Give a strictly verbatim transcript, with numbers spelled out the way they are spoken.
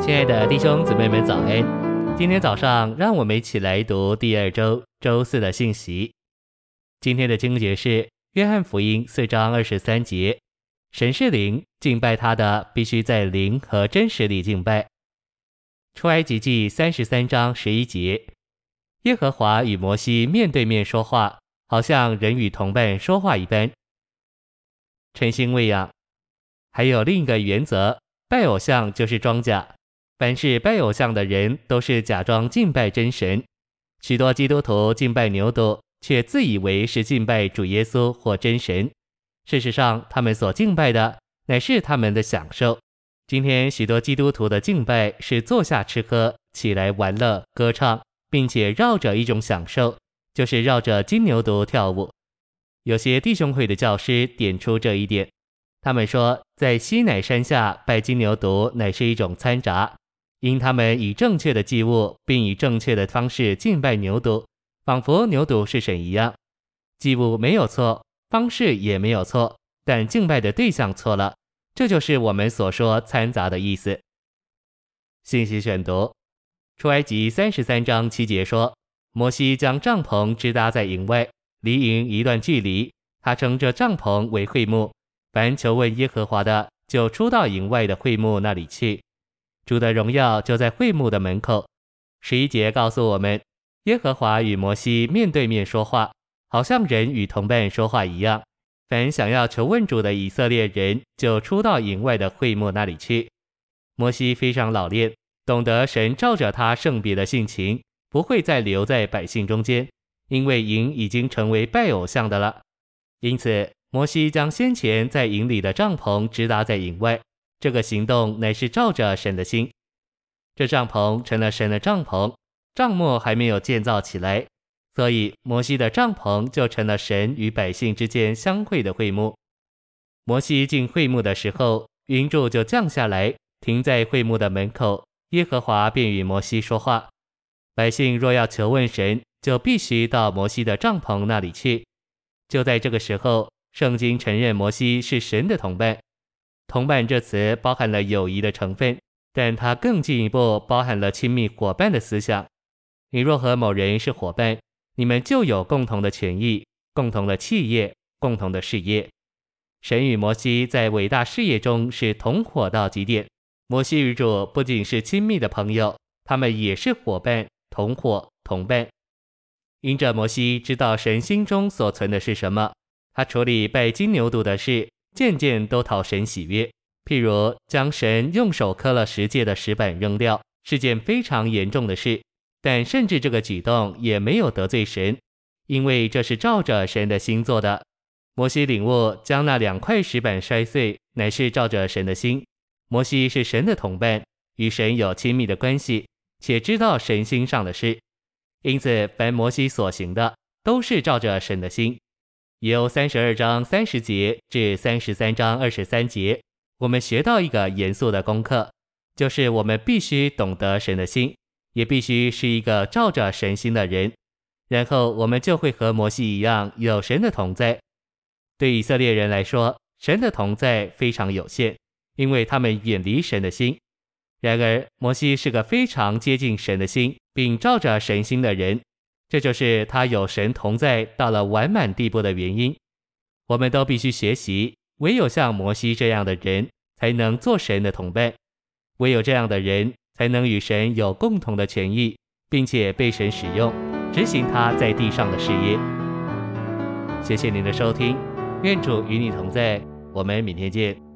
亲爱的弟兄姊妹们早安，今天早上让我们一起来读第二周周四的信息。今天的经节是约翰福音四章二十三节，神是灵，敬拜他的必须在灵和真实里敬拜。出埃及记三十三章十一节，耶和华与摩西面对面说话，好像人与同伴说话一般。诚心喂养。还有另一个原则，拜偶像就是装假，凡是拜偶像的人都是假装敬拜真神。许多基督徒敬拜牛犊，却自以为是敬拜主耶稣或真神，事实上他们所敬拜的乃是他们的享受。今天许多基督徒的敬拜是坐下吃喝，起来玩乐歌唱，并且绕着一种享受，就是绕着金牛犊跳舞。有些弟兄会的教师点出这一点，他们说在西乃山下拜金牛犊乃是一种掺杂，因他们以正确的祭物并以正确的方式敬拜牛犊，仿佛牛犊是神一样。祭物没有错，方式也没有错，但敬拜的对象错了，这就是我们所说掺杂的意思。信息选读，出埃及三十三章七节说，摩西将帐篷支搭在营外，离营一段距离，他称这帐篷为会幕，凡求问耶和华的，就出到营外的会幕那里去。主的荣耀就在会幕的门口。十一节告诉我们，耶和华与摩西面对面说话，好像人与同伴说话一样。凡想要求问主的以色列人，就出到营外的会幕那里去。摩西非常老练，懂得神照着他圣别的性情，不会再留在百姓中间，因为营已经成为拜偶像的了。因此摩西将先前在营里的帐篷支搭在营外，这个行动乃是照着神的心。这帐篷成了神的帐篷，帐幕还没有建造起来，所以摩西的帐篷就成了神与百姓之间相会的会幕。摩西进会幕的时候，云柱就降下来，停在会幕的门口，耶和华便与摩西说话。百姓若要求问神，就必须到摩西的帐篷那里去。就在这个时候，圣经承认摩西是神的同伴。同伴这词包含了友谊的成分，但它更进一步包含了亲密伙伴的思想。你若和某人是伙伴，你们就有共同的权益、共同的企业、共同的事业。神与摩西在伟大事业中是同伙到极点。摩西与主不仅是亲密的朋友，他们也是伙伴、同伙、同伴。因着摩西知道神心中所存的是什么，他处理拜金牛犊的事，件件都讨神喜悦。譬如将神用手刻了十诫的石板扔掉，是件非常严重的事，但甚至这个举动也没有得罪神，因为这是照着神的心做的。摩西领悟将那两块石板摔碎，乃是照着神的心。摩西是神的同伴，与神有亲密的关系，且知道神心上的事，因此凡摩西所行的都是照着神的心。由三十二章三十节至三十三章二十三节，我们学到一个严肃的功课，就是我们必须懂得神的心，也必须是一个照着神心的人，然后我们就会和摩西一样有神的同在。对以色列人来说，神的同在非常有限，因为他们远离神的心。然而摩西是个非常接近神的心，并照着神心的人，这就是他有神同在到了完满地步的原因。我们都必须学习，唯有像摩西这样的人才能做神的同伴，唯有这样的人才能与神有共同的权益，并且被神使用，执行他在地上的事业。谢谢您的收听，愿主与你同在，我们明天见。